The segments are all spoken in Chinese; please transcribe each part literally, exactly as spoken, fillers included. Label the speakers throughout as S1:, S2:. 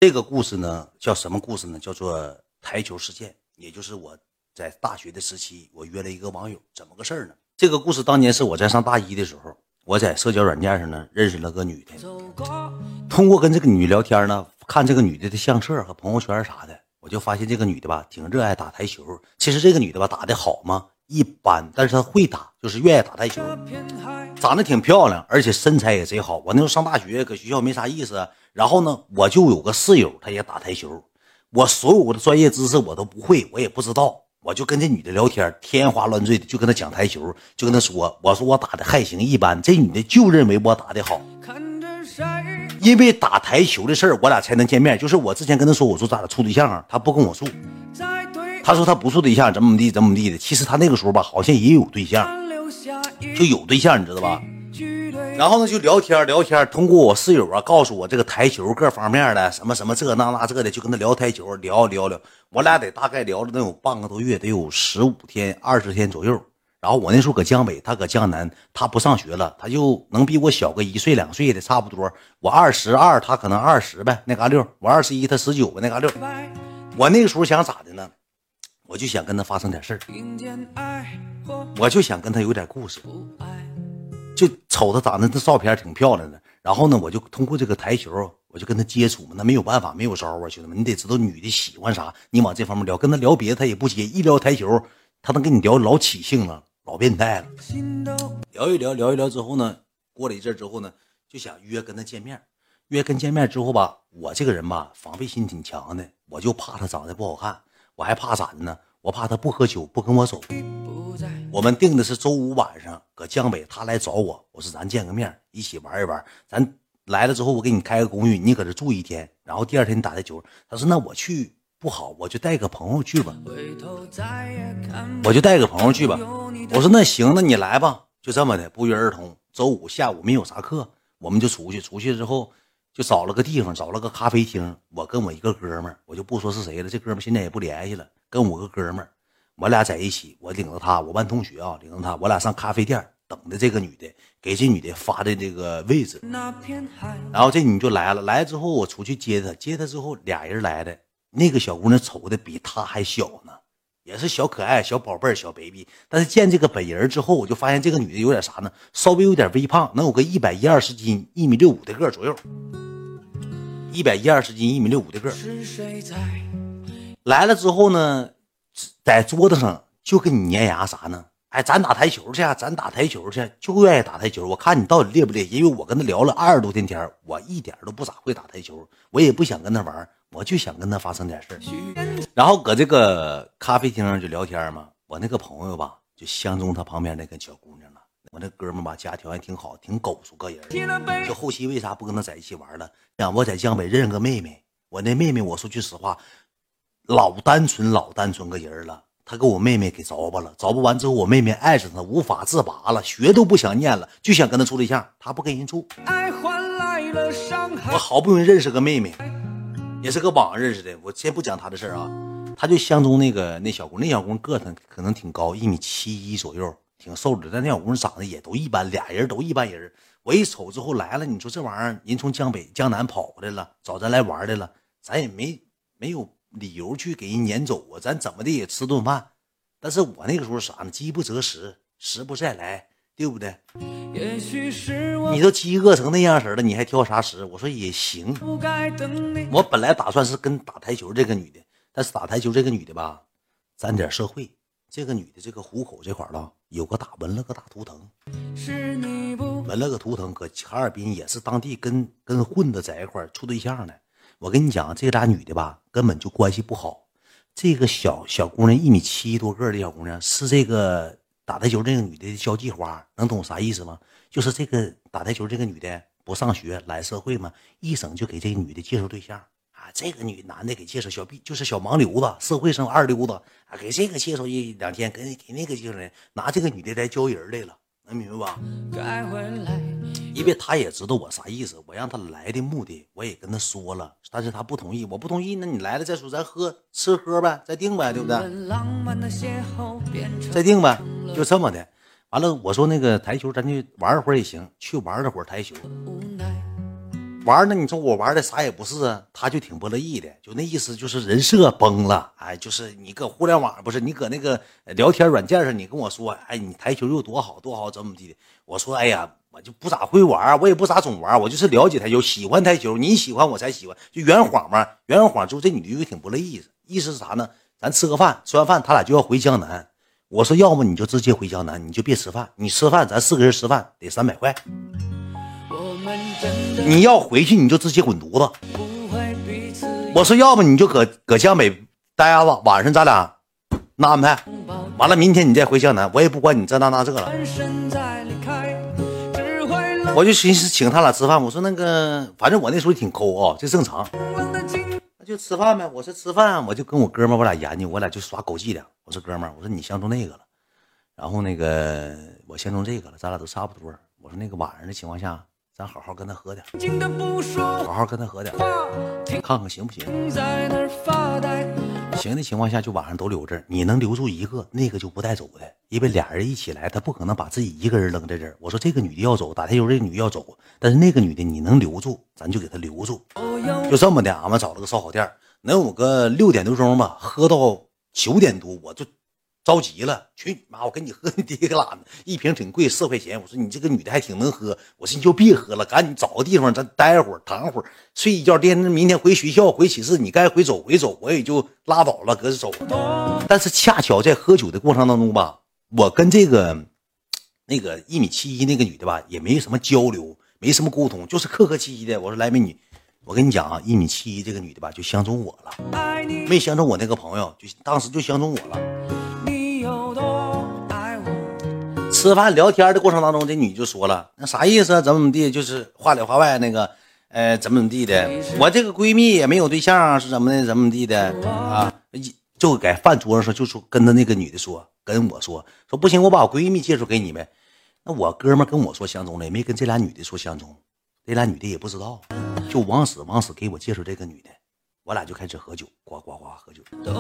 S1: 这个故事呢叫什么故事呢？叫做台球事件，也就是我在大学的时期，我约了一个网友，怎么个事儿呢？这个故事当年是我在上大一的时候，我在社交软件上呢认识了个女的，通过跟这个女聊天呢，看这个女的的相册和朋友圈啥的，我就发现这个女的吧挺热爱打台球。其实这个女的吧打得好吗？一般，但是她会打，就是愿意打台球，长得挺漂亮，而且身材也贼好。我那时候上大学搁学校没啥意思，然后呢我就有个室友，他也打台球，我所有的专业知识我都不会，我也不知道，我就跟这女的聊天，天花乱坠的就跟她讲台球，就跟她说，我说我打的还行一般，这女的就认为我打的好。因为打台球的事儿我俩才能见面，就是我之前跟她说，我说咱俩处对象啊，她不跟我处，她说她不处对象，怎么怎么地怎么地的。其实她那个时候吧好像也有对象，就有对象你知道吧。然后呢就聊天聊天，通过我室友啊告诉我这个台球各方面的什么什么这那那这的，就跟他聊台球，聊聊聊，我俩得大概聊了能有半个多月，得有十五天二十天左右。然后我那时候搁江北，他搁江南，他不上学了，他就能比我小个一岁两岁的差不多，我二十二他可能二十呗，那嘎六，我二十一他十九呗，那嘎六。我那个时候想咋的呢，我就想跟他发生点事儿，我就想跟他有点故事，就瞅他长得这照片挺漂亮的，然后呢我就通过这个台球我就跟他接触嘛，那没有办法没有招啊，兄弟们，你得知道女的喜欢啥，你往这方面聊，跟他聊别的他也不接，一聊台球他能跟你聊老起兴了，老变态了。聊一聊聊一聊之后呢，过了一阵之后呢就想约跟他见面，约跟见面之后吧，我这个人吧防备心挺强的，我就怕他长得不好看，我还怕啥的呢，我怕他不喝酒不跟我走。我们定的是周五晚上搁江北，他来找我，我说咱见个面一起玩一玩，咱来了之后我给你开个公寓，你搁这住一天，然后第二天你打台球。他说那我去不好，我就带个朋友去吧，我就带个朋友去吧。我说那行，那你来吧。就这么的不约而同，周五下午没有啥课，我们就出去，出去之后就找了个地方，找了个咖啡厅，我跟我一个哥们儿，我就不说是谁了，这哥们儿现在也不联系了，跟我个哥们儿，我俩在一起，我领着他，我班同学啊，领着他，我俩上咖啡店等着这个女的，给这女的发的这个位置。然后这女就来了，来了之后我出去接她，接她之后俩人来的，那个小姑娘瞅的比她还小呢，也是小可爱小宝贝小 baby， 但是见这个本人之后，我就发现这个女的有点啥呢，稍微有点微胖，能有个一百一二十斤，一米六五的个左右，一百一二十斤，一米六五的个。来了之后呢，在桌子上就跟你粘牙啥呢？哎，咱打台球去啊，咱打台球去，就愿意打台球。我看你到底厉不厉？因为我跟他聊了二十多天天，我一点都不咋会打台球，我也不想跟他玩，我就想跟他发生点事儿。然后搁这个咖啡厅上就聊天嘛，我那个朋友吧就相中他旁边那个小姑娘了。我那哥们吧家条件挺好，挺狗叔个人，就后期为啥不跟他在一起玩了？想我在江北认个妹妹，我那妹妹我说句实话，老单纯老单纯个人了。他给我妹妹给着吧了，着吧完之后我妹妹爱上他无法自拔了，学都不想念了，就想跟他处对象，他不跟人处。我好不容易认识个妹妹，也是个网上认识的，我先不讲他的事啊，他就相中那个那小姑，那小姑个子可能挺高，一米七一左右，挺瘦的，但那小姑长得也都一般，俩人都一般人。我一瞅之后来了，你说这玩意儿人从江北江南跑过来了，找咱来玩来了，咱也没没有理由去给人撵走啊，咱怎么的也吃顿饭。但是我那个时候啥呢，饥不择食，食不再来，对不对？你都饥饿成那样式了，你还挑啥食？我说也行。我本来打算是跟打台球这个女的，但是打台球这个女的吧沾点社会，这个女的这个虎口这块了有个大纹了个大图腾，纹了个图腾，搁哈尔滨也是当地跟跟混的在一块处对象的。我跟你讲，这俩女的吧根本就关系不好。这个小小姑娘一米七多个的小姑娘是这个打台球这个女的交际花，能懂啥意思吗？就是这个打台球这个女的不上学来社会嘛，一整就给这个女的介绍对象啊，这个女男的给介绍小逼，就是小盲流子，社会上二流子啊，给这个介绍一两天，给给那个介绍人，拿这个女的来交人来了，能明白吧？因为他也知道我啥意思，我让他来的目的我也跟他说了，但是他不同意，我不同意，那你来了再说，咱喝吃喝呗，再定呗，对不对？再定呗，就这么的。完了我说那个台球咱就玩一会儿也行，去玩了会儿台球， 玩呢，你说我玩的啥也不是啊，他就挺不乐意的，就那意思就是人设崩了，哎，就是你搁互联网不是你搁那个聊天软件上，你跟我说，哎，你台球有多好多好怎么地的，我说，哎呀，我就不咋会玩，我也不咋总玩，我就是了解台球，喜欢台球，你喜欢我才喜欢，就圆谎嘛，圆完谎之后，这女的就挺不乐意，意思是啥呢？咱吃个饭，吃完饭他俩就要回江南，我说要么你就直接回江南，你就别吃饭，你吃饭咱四个人吃饭得三百块。你要回去你就直接滚犊子。我说要不你就搁搁江北待下子，晚上咱俩那安排完了，明天你再回江南，我也不管你这那那这个了。我就寻思请他俩吃饭，我说那个反正我那时候挺抠啊、哦，这正常，那就吃饭呗。我说吃饭，我就跟我哥们我俩研究，我俩就耍狗伎俩。我说哥们，我说你相中那个了，然后那个我相中这个了，咱俩都差不多。我说那个晚上的情况下。咱好好跟他喝点，好好跟他喝点，看看行不行？行的情况下就晚上都留这儿，你能留住一个，那个就不带走的，因为俩人一起来，他不可能把自己一个人扔在这儿。我说这个女的要走，打台球这个女的要走，但是那个女的你能留住，咱就给她留住。就这么的，俺们找了个烧烤店，能有个六点多钟吧，喝到九点多，我就。着急了，去你妈！我跟你喝你爹个懒子，一瓶挺贵，四块钱。我说你这个女的还挺能喝，我说你就别喝了，赶紧找个地方咱待会儿，躺会儿，睡一觉。第二天明天回学校回寝室，你该回走回走，我也就拉倒了，搁这走。但是恰巧在喝酒的过程当中吧，我跟这个那个一米七一那个女的吧，也没什么交流，没什么沟通，就是客客气气的。我说来美女，我跟你讲啊，一米七一这个女的吧，就相中我了，没相中我那个朋友，就当时就相中我了。吃饭聊天的过程当中，这女就说了，那啥意思啊？怎么怎么地？就是话里话外那个，呃，怎么怎么地的？我这个闺蜜也没有对象，是怎么的？怎么地的啊？就在饭桌上说，就说跟着那个女的说，跟我说，说不行，我把我闺蜜介绍给你们。那我哥们跟我说相中了，也没跟这俩女的说相中，这俩女的也不知道，就往死往死给我介绍这个女的。我俩就开始喝酒，呱呱呱喝酒，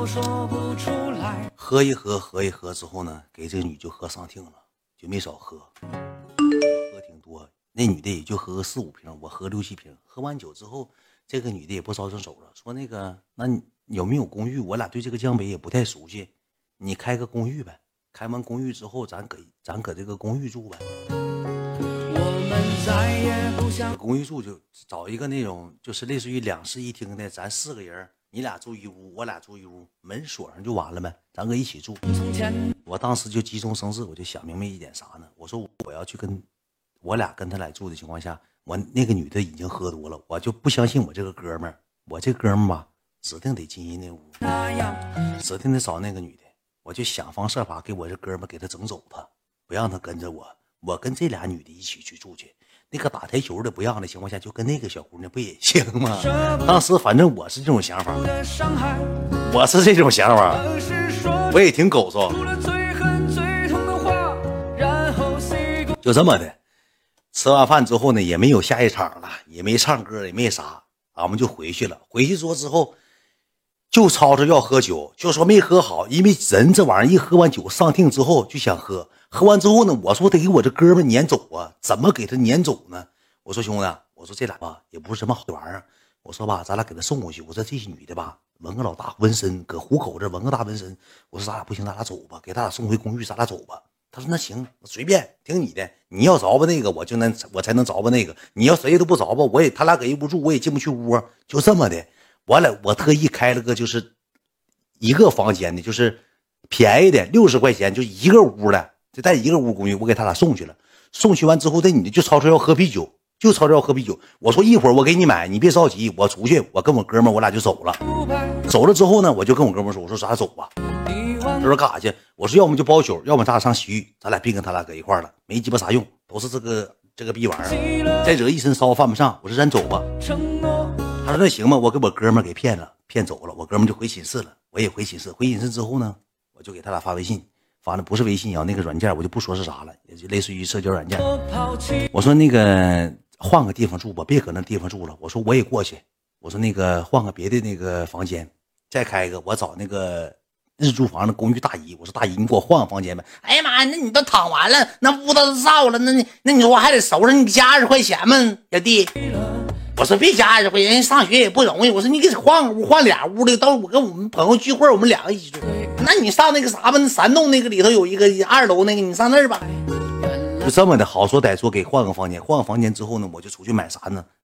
S1: 喝一喝，喝一喝之后呢，给这个女就喝上听了。就没少喝，喝挺多。那女的也就喝个四五瓶，我喝六七瓶。喝完酒之后，这个女的也不招正手了，说那个，那你有没有公寓？我俩对这个江北也不太熟悉，你开个公寓呗。开完公寓之后，咱搁咱搁这个公寓住呗。公寓住就找一个那种，就是类似于两室一厅的，咱四个人。你俩住一屋，我俩住一屋，门锁上就完了呗，咱搁一起住。我当时就急中生智，我就想明白一点啥呢？我说我要去跟我俩跟他俩住的情况下，我那个女的已经喝多了，我就不相信我这个哥们儿，我这哥们儿吧，指定得进人那屋，指定得找那个女的，我就想方设法给我这哥们儿给他整走他，不让他跟着我，我跟这俩女的一起去住去。那个打台球的不让的情况下，就跟那个小姑娘不也行吗？当时反正我是这种想法，我是这种想法，我也挺狗骚。就这么的，吃完饭之后呢，也没有下一场了，也没唱歌，也没啥，俺们就回去了。回去说之后，就吵着要喝酒，就说没喝好，因为人这玩意儿一喝完酒上听之后就想喝。喝完之后呢，我说得给我这哥们撵走啊，怎么给他撵走呢？我说兄弟，我说这俩吧也不是什么好玩意儿，我说吧咱俩给他送过去，我说这女的吧纹个老大纹身，搁虎口这纹个大纹身，我说咱俩不行，咱俩走吧，给咱俩送回公寓，咱俩走吧。他说那行，随便听你的，你要着吧那个我就能我才能着吧那个，你要谁都不着吧，我也他俩搁一屋住，我也进不去屋，就这么的。完了我特意开了个就是一个房间的，就是便宜的六十块钱就一个屋的。就带一个屋公寓，我给他俩送去了。送去完之后，这女的就吵着要喝啤酒，就吵着要喝啤酒。我说一会儿我给你买，你别着急，我出去，我跟我哥们我俩就走了。走了之后呢，我就跟我哥们说，我说咱俩走吧。他说干啥去？我说要么就包宿，要么咱俩上洗浴，咱俩别跟他俩搁一块了，没鸡巴啥用，都是这个这个逼玩意儿。再者一身骚犯不上，我说咱走吧。他说那行吧，我给我哥们给骗了，骗走了。我哥们就回寝室了，我也回寝室。回寝室之后呢，我就给他俩发微信。发的不是微信啊，那个软件我就不说是啥了，也就类似于社交软件。我说那个换个地方住吧，别搁那地方住了。我说我也过去，我说那个换个别的那个房间，再开一个。我找那个日租房的公寓大姨，我说大姨你给我换个房间呗。哎呀妈呀，那你都躺完了，那屋都造了，那你那你说我还得收拾你加二十块钱吗，小弟？ 我说别加二十块钱，人上学也不容易。我说你给换个屋，换俩屋的，到我跟我们朋友聚会，我们两个一起住。那你上那个啥吧，那山洞那个里头有一个二楼那个，你上那儿吧。就这么的好说歹说，给换个房间，换个房间之后呢，我就出去买啥呢？